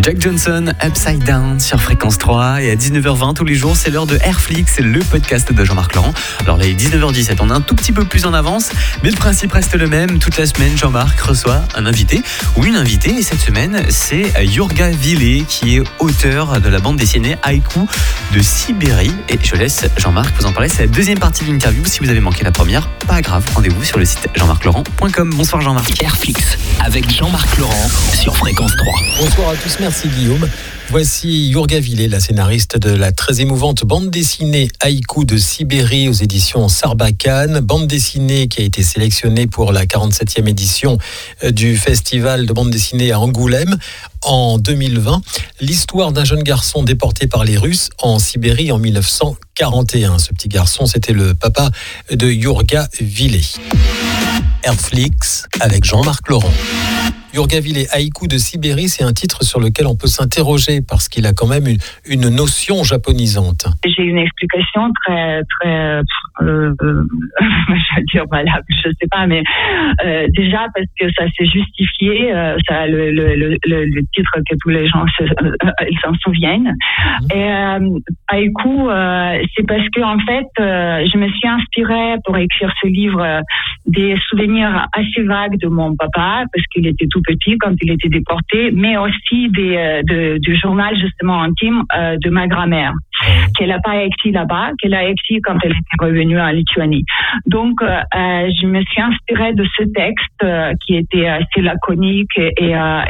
Jack Johnson, Upside Down sur Fréquence 3. Et à 19h20 tous les jours, c'est l'heure de Airflix, le podcast de Jean-Marc Laurent. Alors là, il est 19h17, on est un tout petit peu plus en avance, mais le principe reste le même. Toute la semaine, Jean-Marc reçoit un invité ou une invitée. Et cette semaine, c'est Jurga Vilé qui est auteur de la bande dessinée Haïku de Sibérie. Et je laisse Jean-Marc vous en parler. C'est la deuxième partie de l'interview. Si vous avez manqué la première, pas grave, rendez-vous sur le site jean-marclaurent.com. Bonsoir Jean-Marc. Airflix avec Jean-Marc Laurent sur Fréquence 3. Bonsoir à tous, merci Guillaume. Voici Jurga Vilé, la scénariste de la très émouvante bande dessinée Haïku de Sibérie aux éditions Sarbacane. Bande dessinée qui a été sélectionnée pour la 47e édition du festival de bande dessinée à Angoulême en 2020. L'histoire d'un jeune garçon déporté par les Russes en Sibérie en 1941. Ce petit garçon, c'était le papa de Jurga Vilé. Airflix avec Jean-Marc Laurent. Jurga Vilé, Haïku de Sibérie, c'est un titre sur lequel on peut s'interroger parce qu'il a quand même une notion japonisante. J'ai une explication très, je vais dire valable, je sais pas, mais déjà parce que ça s'est justifié, ça le titre que tous les gens ils s'en souviennent. Et Haïku, c'est parce que en fait, je me suis inspirée pour écrire ce livre des souvenirs assez vagues de mon papa parce qu'il était tout petit quand il était déporté, mais aussi du journal justement intime de ma grand-mère, qu'elle n'a pas écrit là-bas, qu'elle a écrit quand elle était revenue en Lituanie. Donc, je me suis inspirée de ce texte qui était assez laconique et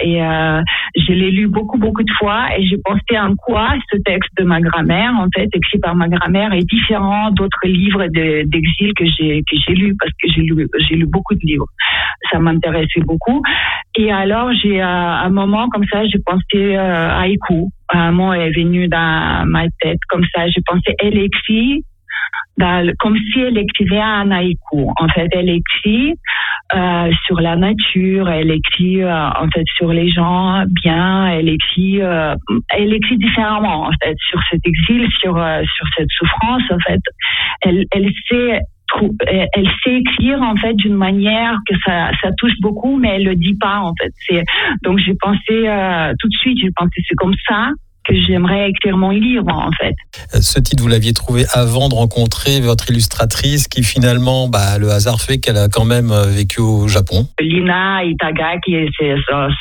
je l'ai lu beaucoup de fois et j'ai pensé en quoi ce texte de ma grand-mère, en fait, écrit par ma grand-mère, est différent d'autres livres d'exil que j'ai lus parce que j'ai lu beaucoup de livres. Ça m'intéressait beaucoup. Et alors, j'ai à un moment comme ça, j'ai pensé haïku. Un mot est venu dans ma tête comme ça. J'ai pensé, elle écrit comme si elle écrivait un haïku. En fait, elle écrit sur la nature, elle écrit en fait sur les gens bien, elle écrit différemment en fait sur cet exil, sur cette souffrance. En fait, elle sait écrire en fait d'une manière que ça touche beaucoup, mais elle le dit pas en fait. Donc j'ai pensé tout de suite, c'est comme ça que j'aimerais écrire mon livre, en fait. Ce titre, vous l'aviez trouvé avant de rencontrer votre illustratrice qui, finalement, le hasard fait qu'elle a quand même vécu au Japon. Lina Itaga, c'est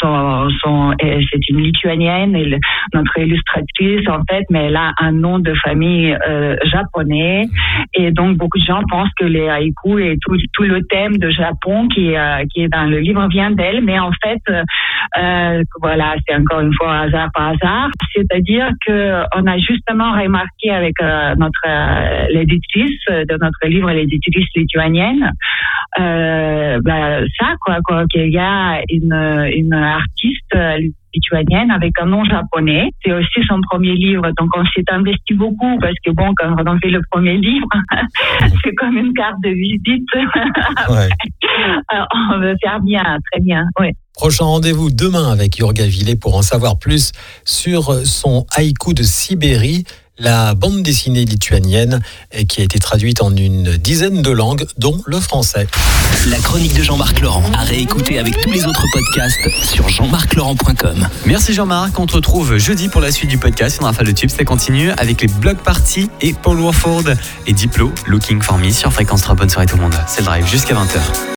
une Lituanienne, notre illustratrice, en fait, mais elle a un nom de famille japonais. Et donc, beaucoup de gens pensent que les haïkus et tout le thème de Japon qui est dans le livre vient d'elle. Mais en fait, voilà, c'est encore une fois hasard par hasard. C'est-à-dire qu'on a justement remarqué avec l'éditrice de notre livre, l'éditrice lituanienne, qu'il y a une artiste lituanienne avec un nom japonais. C'est aussi son premier livre, donc on s'est investi beaucoup parce que bon, quand on fait le premier livre, c'est comme une carte de visite. Ouais. On veut faire bien, très bien, oui. Prochain rendez-vous demain avec Jurga Vilé pour en savoir plus sur son haïku de Sibérie, la bande dessinée lituanienne qui a été traduite en une dizaine de langues, dont le français. La chronique de Jean-Marc Laurent à réécouter avec tous les autres podcasts sur jean-marclaurent.com. Merci Jean-Marc, on te retrouve jeudi pour la suite du podcast. On Rafale de Tubes, ça continue avec les Block Party et Paul Warford et Diplo, Looking for Me sur Fréquence 3. Bonne soirée tout le monde, c'est le drive jusqu'à 20h.